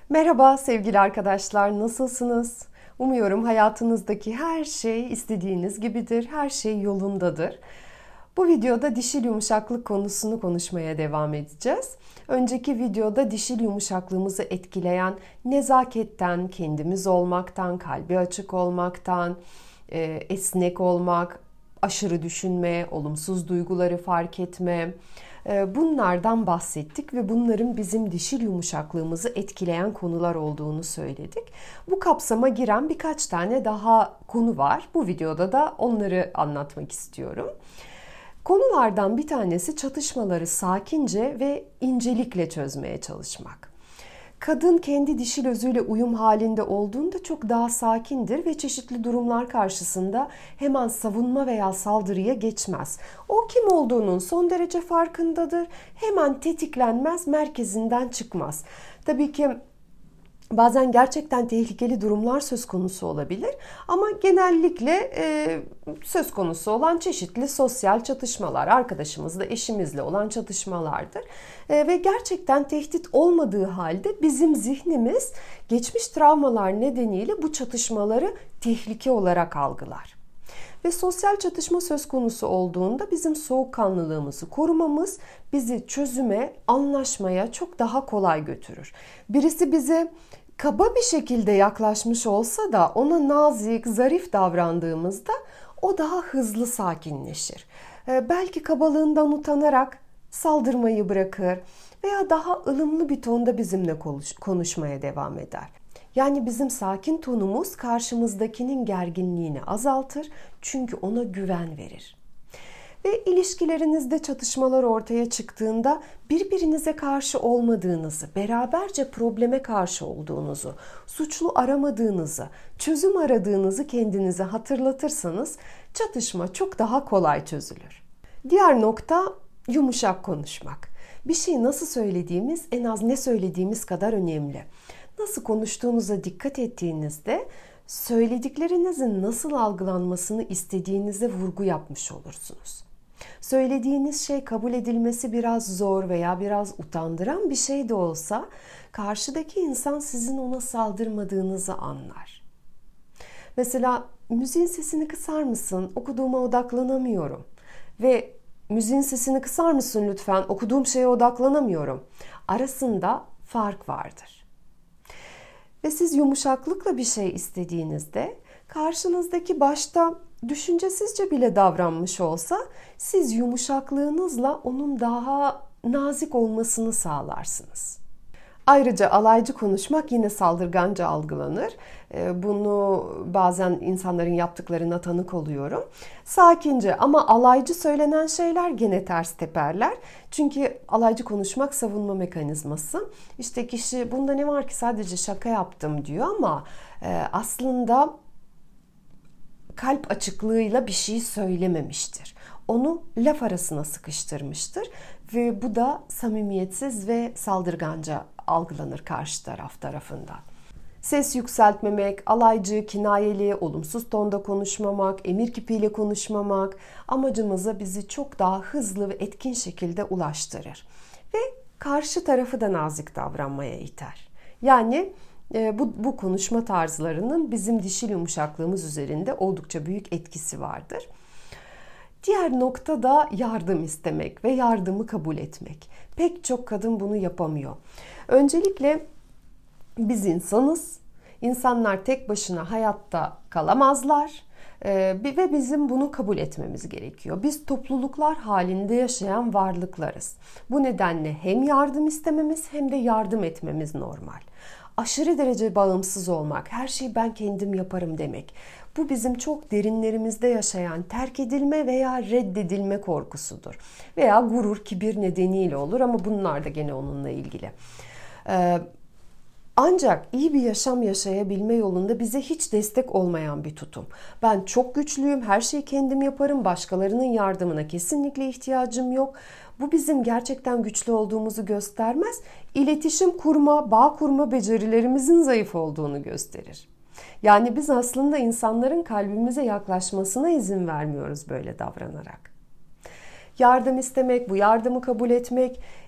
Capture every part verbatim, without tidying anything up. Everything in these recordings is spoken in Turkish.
Merhaba sevgili arkadaşlar, nasılsınız? Umuyorum hayatınızdaki her şey istediğiniz gibidir, her şey yolundadır. Bu videoda dişil yumuşaklık konusunu konuşmaya devam edeceğiz. Önceki videoda dişil yumuşaklığımızı etkileyen nezaketten, kendimiz olmaktan, kalbi açık olmaktan, esnek olmak, aşırı düşünme, olumsuz duyguları fark etme, bunlardan bahsettik ve bunların bizim dişil yumuşaklığımızı etkileyen konular olduğunu söyledik. Bu kapsama giren birkaç tane daha konu var. Bu videoda da onları anlatmak istiyorum. Konulardan bir tanesi çatışmaları sakince ve incelikle çözmeye çalışmak. Kadın kendi dişil özüyle uyum halinde olduğunda çok daha sakindir ve çeşitli durumlar karşısında hemen savunma veya saldırıya geçmez. O kim olduğunun son derece farkındadır. Hemen tetiklenmez, merkezinden çıkmaz. Tabii ki bazen gerçekten tehlikeli durumlar söz konusu olabilir ama genellikle e, söz konusu olan çeşitli sosyal çatışmalar, arkadaşımızla, eşimizle olan çatışmalardır. E, ve gerçekten tehdit olmadığı halde bizim zihnimiz geçmiş travmalar nedeniyle bu çatışmaları tehlike olarak algılar. Ve sosyal çatışma söz konusu olduğunda bizim soğukkanlılığımızı korumamız bizi çözüme, anlaşmaya çok daha kolay götürür. Birisi bize kaba bir şekilde yaklaşmış olsa da ona nazik, zarif davrandığımızda o daha hızlı sakinleşir. Belki kabalığından utanarak saldırmayı bırakır veya daha ılımlı bir tonda bizimle konuşmaya devam eder. Yani bizim sakin tonumuz karşımızdakinin gerginliğini azaltır çünkü ona güven verir. Ve ilişkilerinizde çatışmalar ortaya çıktığında birbirinize karşı olmadığınızı, beraberce probleme karşı olduğunuzu, suçlu aramadığınızı, çözüm aradığınızı kendinize hatırlatırsanız çatışma çok daha kolay çözülür. Diğer nokta yumuşak konuşmak. Bir şeyi nasıl söylediğimiz en az ne söylediğimiz kadar önemli. Nasıl konuştuğunuza dikkat ettiğinizde söylediklerinizin nasıl algılanmasını istediğinize vurgu yapmış olursunuz. Söylediğiniz şey kabul edilmesi biraz zor veya biraz utandıran bir şey de olsa karşıdaki insan sizin ona saldırmadığınızı anlar. Mesela müziğin sesini kısar mısın? Okuduğuma odaklanamıyorum. Ve müziğin sesini kısar mısın lütfen? Okuduğum şeye odaklanamıyorum. Arasında fark vardır. Ve siz yumuşaklıkla bir şey istediğinizde karşınızdaki başta düşüncesizce bile davranmış olsa siz yumuşaklığınızla onun daha nazik olmasını sağlarsınız. Ayrıca alaycı konuşmak yine saldırganca algılanır. Bunu bazen insanların yaptıklarına tanık oluyorum. Sakince ama alaycı söylenen şeyler gene ters teperler. Çünkü alaycı konuşmak savunma mekanizması. İşte kişi bunda ne var ki sadece şaka yaptım diyor ama aslında kalp açıklığıyla bir şey söylememiştir. Onu laf arasına sıkıştırmıştır ve bu da samimiyetsiz ve saldırganca algılanır karşı taraf tarafından. Ses yükseltmemek, alaycı, kinayeli, olumsuz tonda konuşmamak, emir kipiyle konuşmamak amacımıza bizi çok daha hızlı ve etkin şekilde ulaştırır. Ve karşı tarafı da nazik davranmaya iter. Yani bu, bu konuşma tarzlarının bizim dişil yumuşaklığımız üzerinde oldukça büyük etkisi vardır. Diğer nokta da yardım istemek ve yardımı kabul etmek. Pek çok kadın bunu yapamıyor. Öncelikle biz insanız. İnsanlar tek başına hayatta kalamazlar ve bizim bunu kabul etmemiz gerekiyor. Biz topluluklar halinde yaşayan varlıklarız. Bu nedenle hem yardım istememiz hem de yardım etmemiz normal. Aşırı derece bağımsız olmak, her şeyi ben kendim yaparım demek. Bu bizim çok derinlerimizde yaşayan terk edilme veya reddedilme korkusudur. Veya gurur, kibir nedeniyle olur ama bunlar da gene onunla ilgili. Ee, ancak iyi bir yaşam yaşayabilme yolunda bize hiç destek olmayan bir tutum. Ben çok güçlüyüm, her şeyi kendim yaparım, başkalarının yardımına kesinlikle ihtiyacım yok. Bu bizim gerçekten güçlü olduğumuzu göstermez, İletişim kurma, bağ kurma becerilerimizin zayıf olduğunu gösterir. Yani biz aslında insanların kalbimize yaklaşmasına izin vermiyoruz böyle davranarak. Yardım istemek, bu yardımı kabul etmek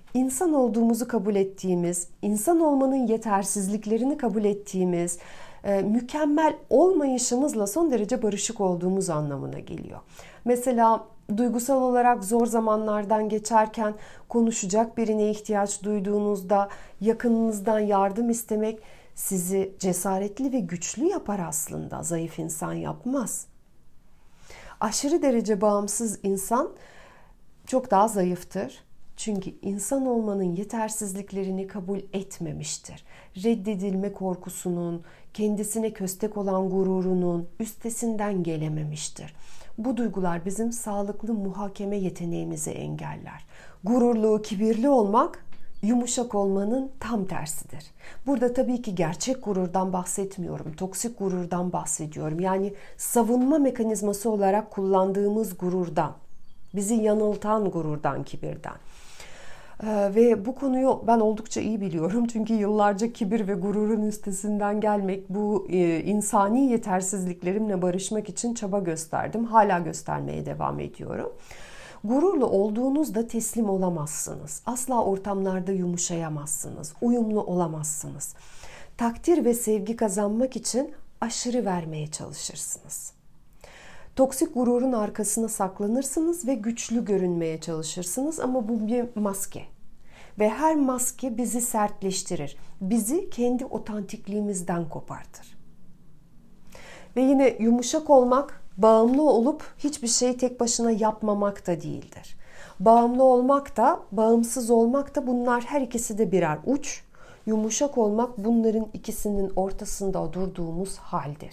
İnsan olduğumuzu kabul ettiğimiz, insan olmanın yetersizliklerini kabul ettiğimiz, e, mükemmel olmayışımızla son derece barışık olduğumuz anlamına geliyor. Mesela duygusal olarak zor zamanlardan geçerken konuşacak birine ihtiyaç duyduğunuzda yakınınızdan yardım istemek sizi cesaretli ve güçlü yapar aslında. Zayıf insan yapmaz. Aşırı derece bağımsız insan çok daha zayıftır. Çünkü insan olmanın yetersizliklerini kabul etmemiştir. Reddedilme korkusunun, kendisine köstek olan gururunun üstesinden gelememiştir. Bu duygular bizim sağlıklı muhakeme yeteneğimizi engeller. Gururlu, kibirli olmak, yumuşak olmanın tam tersidir. Burada tabii ki gerçek gururdan bahsetmiyorum, toksik gururdan bahsediyorum. Yani savunma mekanizması olarak kullandığımız gururdan, bizi yanıltan gururdan, kibirden. Ee, ve bu konuyu ben oldukça iyi biliyorum. Çünkü yıllarca kibir ve gururun üstesinden gelmek, bu e, insani yetersizliklerimle barışmak için çaba gösterdim. Hala göstermeye devam ediyorum. Gururlu olduğunuzda teslim olamazsınız. Asla ortamlarda yumuşayamazsınız. Uyumlu olamazsınız. Takdir ve sevgi kazanmak için aşırı vermeye çalışırsınız. Toksik gururun arkasına saklanırsınız ve güçlü görünmeye çalışırsınız ama bu bir maske. Ve her maske bizi sertleştirir. Bizi kendi otantikliğimizden kopartır. Ve yine yumuşak olmak, bağımlı olup hiçbir şeyi tek başına yapmamak da değildir. Bağımlı olmak da, bağımsız olmak da bunlar her ikisi de birer uç. Yumuşak olmak bunların ikisinin ortasında durduğumuz haldir.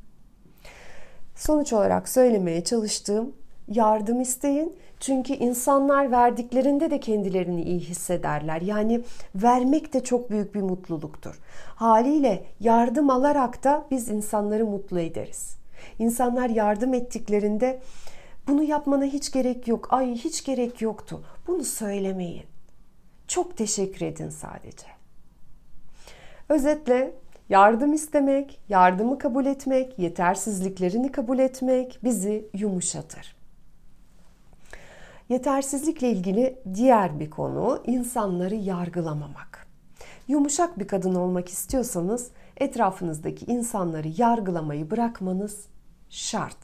Sonuç olarak söylemeye çalıştığım, yardım isteyin. Çünkü insanlar verdiklerinde de kendilerini iyi hissederler. Yani vermek de çok büyük bir mutluluktur. Haliyle yardım alarak da biz insanları mutlu ederiz. İnsanlar yardım ettiklerinde bunu yapmana hiç gerek yok, ay hiç gerek yoktu. Bunu söylemeyin. Çok teşekkür edin sadece. Özetle yardım istemek, yardımı kabul etmek, yetersizliklerini kabul etmek bizi yumuşatır. Yetersizlikle ilgili diğer bir konu insanları yargılamamak. Yumuşak bir kadın olmak istiyorsanız etrafınızdaki insanları yargılamayı bırakmanız şart.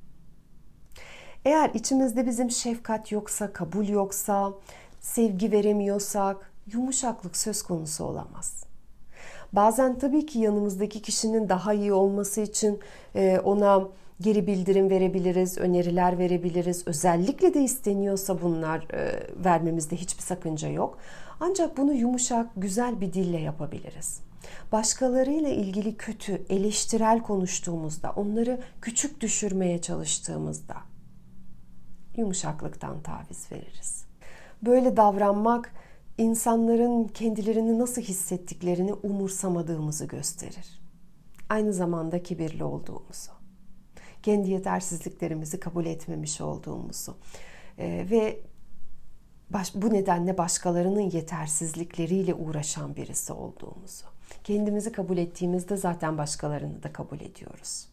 Eğer içimizde bizim şefkat yoksa, kabul yoksa, sevgi veremiyorsak yumuşaklık söz konusu olamaz. Bazen tabii ki yanımızdaki kişinin daha iyi olması için ona geri bildirim verebiliriz, öneriler verebiliriz. Özellikle de isteniyorsa bunlar vermemizde hiçbir sakınca yok. Ancak bunu yumuşak, güzel bir dille yapabiliriz. Başkalarıyla ilgili kötü, eleştirel konuştuğumuzda, onları küçük düşürmeye çalıştığımızda yumuşaklıktan taviz veririz. Böyle davranmak insanların kendilerini nasıl hissettiklerini umursamadığımızı gösterir. Aynı zamanda kibirli olduğumuzu, kendi yetersizliklerimizi kabul etmemiş olduğumuzu ee, ve baş, bu nedenle başkalarının yetersizlikleriyle uğraşan birisi olduğumuzu. Kendimizi kabul ettiğimizde zaten başkalarını da kabul ediyoruz.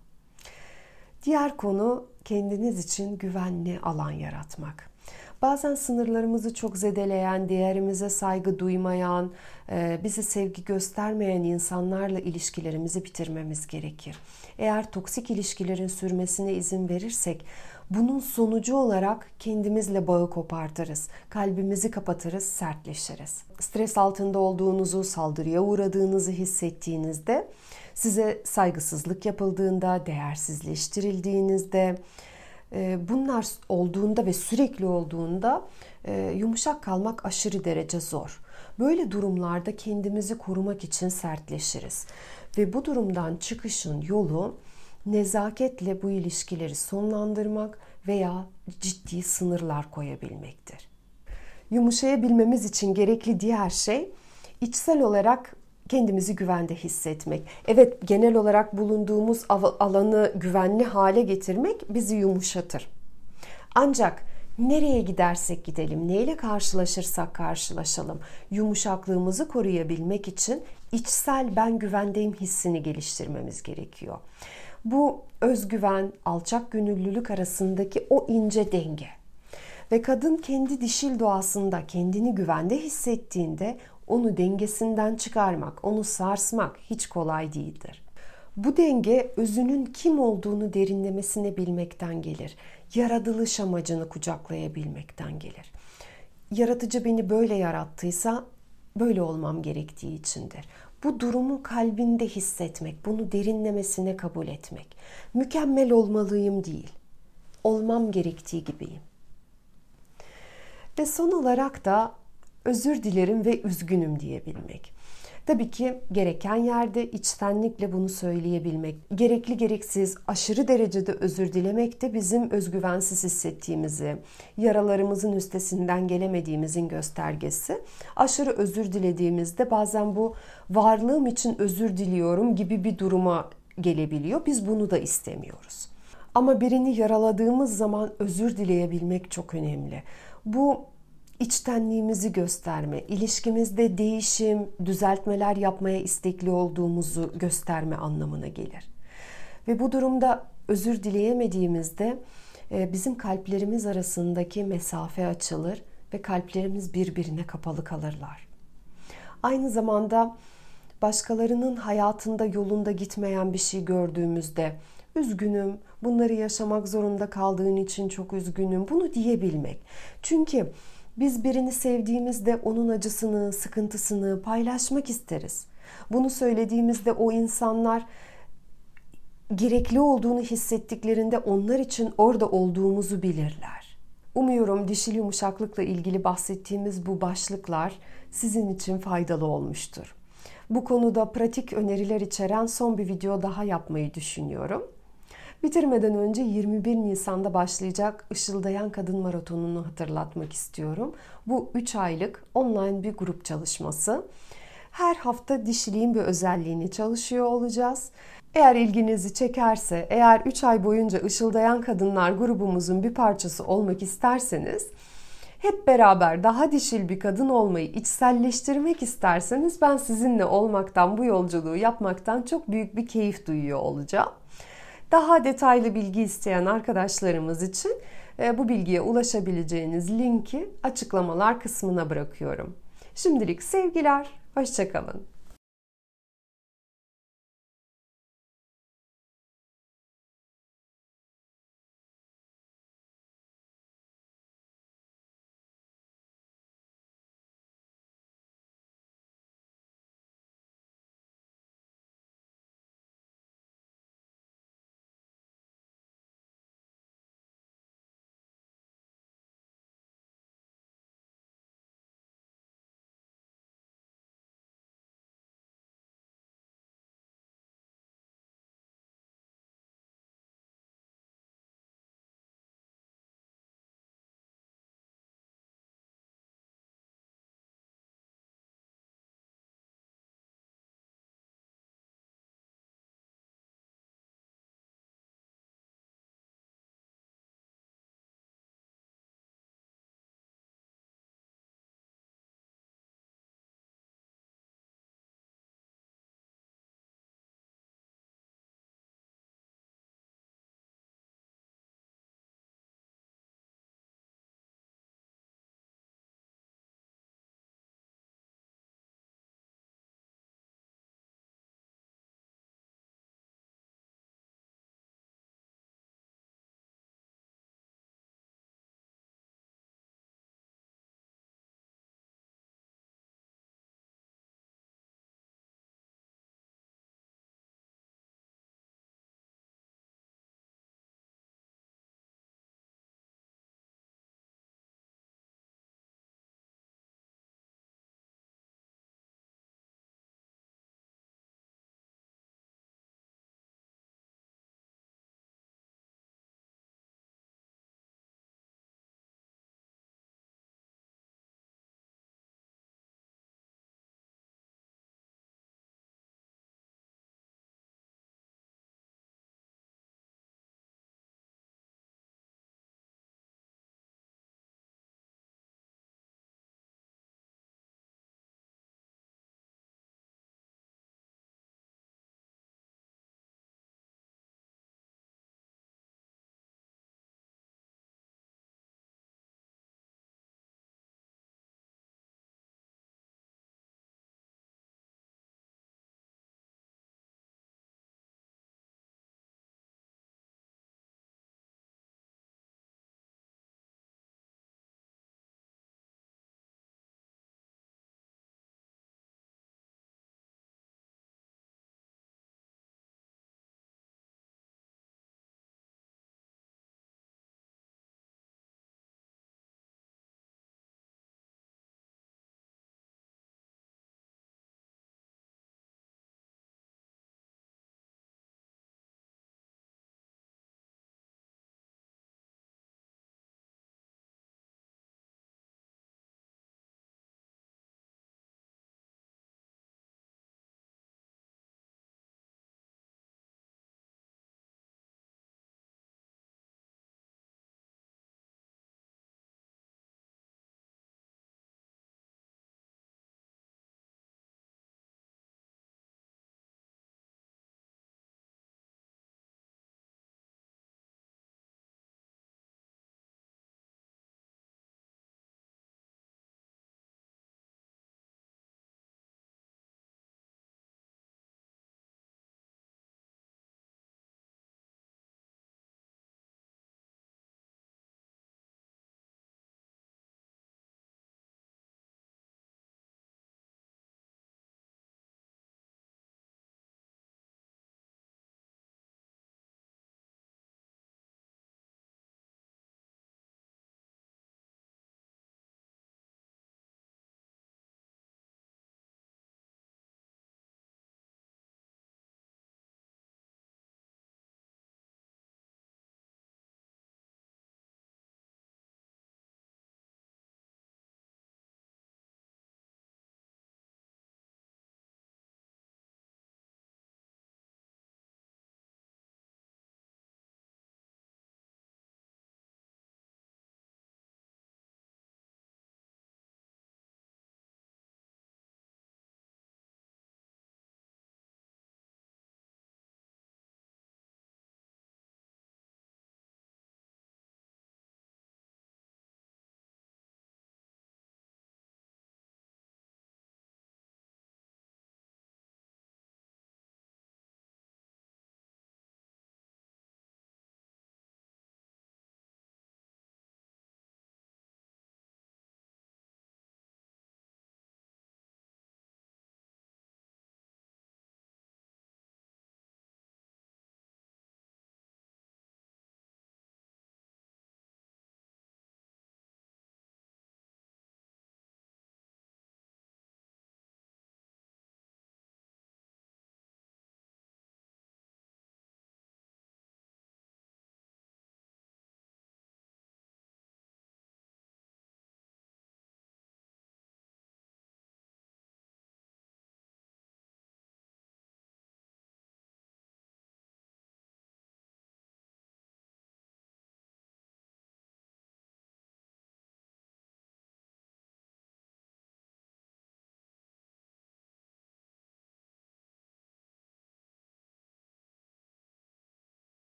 Diğer konu kendiniz için güvenli alan yaratmak. Bazen sınırlarımızı çok zedeleyen, değerimize saygı duymayan, bize sevgi göstermeyen insanlarla ilişkilerimizi bitirmemiz gerekir. Eğer toksik ilişkilerin sürmesine izin verirsek, bunun sonucu olarak kendimizle bağı kopartırız, kalbimizi kapatırız, sertleşiriz. Stres altında olduğunuzu, saldırıya uğradığınızı hissettiğinizde, size saygısızlık yapıldığında, değersizleştirildiğinizde, bunlar olduğunda ve sürekli olduğunda yumuşak kalmak aşırı derece zor. Böyle durumlarda kendimizi korumak için sertleşiriz. Ve bu durumdan çıkışın yolu nezaketle bu ilişkileri sonlandırmak veya ciddi sınırlar koyabilmektir. Yumuşayabilmemiz için gerekli diğer şey içsel olarak kendimizi güvende hissetmek. Evet, genel olarak bulunduğumuz alanı güvenli hale getirmek bizi yumuşatır. Ancak nereye gidersek gidelim, neyle karşılaşırsak karşılaşalım, yumuşaklığımızı koruyabilmek için içsel ben güvendeyim hissini geliştirmemiz gerekiyor. Bu özgüven, alçak gönüllülük arasındaki o ince denge. Ve kadın kendi dişil doğasında kendini güvende hissettiğinde onu dengesinden çıkarmak, onu sarsmak hiç kolay değildir. Bu denge özünün kim olduğunu derinlemesine bilmekten gelir. Yaratılış amacını kucaklayabilmekten gelir. Yaratıcı beni böyle yarattıysa böyle olmam gerektiği içindir. Bu durumu kalbinde hissetmek, bunu derinlemesine kabul etmek. Mükemmel olmalıyım değil, olmam gerektiği gibiyim. Ve son olarak da özür dilerim ve üzgünüm diyebilmek. Tabii ki gereken yerde içtenlikle bunu söyleyebilmek, gerekli gereksiz aşırı derecede özür dilemek de bizim özgüvensiz hissettiğimizi, yaralarımızın üstesinden gelemediğimizin göstergesi. Aşırı özür dilediğimizde bazen bu varlığım için özür diliyorum gibi bir duruma gelebiliyor. Biz bunu da istemiyoruz. Ama birini yaraladığımız zaman özür dileyebilmek çok önemli. Bu İçtenliğimizi gösterme, ilişkimizde değişim, düzeltmeler yapmaya istekli olduğumuzu gösterme anlamına gelir. Ve bu durumda özür dileyemediğimizde bizim kalplerimiz arasındaki mesafe açılır ve kalplerimiz birbirine kapalı kalırlar. Aynı zamanda başkalarının hayatında yolunda gitmeyen bir şey gördüğümüzde üzgünüm, bunları yaşamak zorunda kaldığın için çok üzgünüm, bunu diyebilmek. Çünkü biz birini sevdiğimizde onun acısını, sıkıntısını paylaşmak isteriz. Bunu söylediğimizde o insanlar gerekli olduğunu hissettiklerinde onlar için orada olduğumuzu bilirler. Umuyorum dişil yumuşaklıkla ilgili bahsettiğimiz bu başlıklar sizin için faydalı olmuştur. Bu konuda pratik öneriler içeren son bir video daha yapmayı düşünüyorum. Bitirmeden önce yirmi bir Nisan'da başlayacak Işıldayan Kadın Maratonu'nu hatırlatmak istiyorum. Bu üç aylık online bir grup çalışması. Her hafta dişiliğin bir özelliğini çalışıyor olacağız. Eğer ilginizi çekerse, eğer üç ay boyunca Işıldayan Kadınlar grubumuzun bir parçası olmak isterseniz, hep beraber daha dişil bir kadın olmayı içselleştirmek isterseniz ben sizinle olmaktan, bu yolculuğu yapmaktan çok büyük bir keyif duyuyor olacağım. Daha detaylı bilgi isteyen arkadaşlarımız için bu bilgiye ulaşabileceğiniz linki açıklamalar kısmına bırakıyorum. Şimdilik sevgiler, hoşça kalın.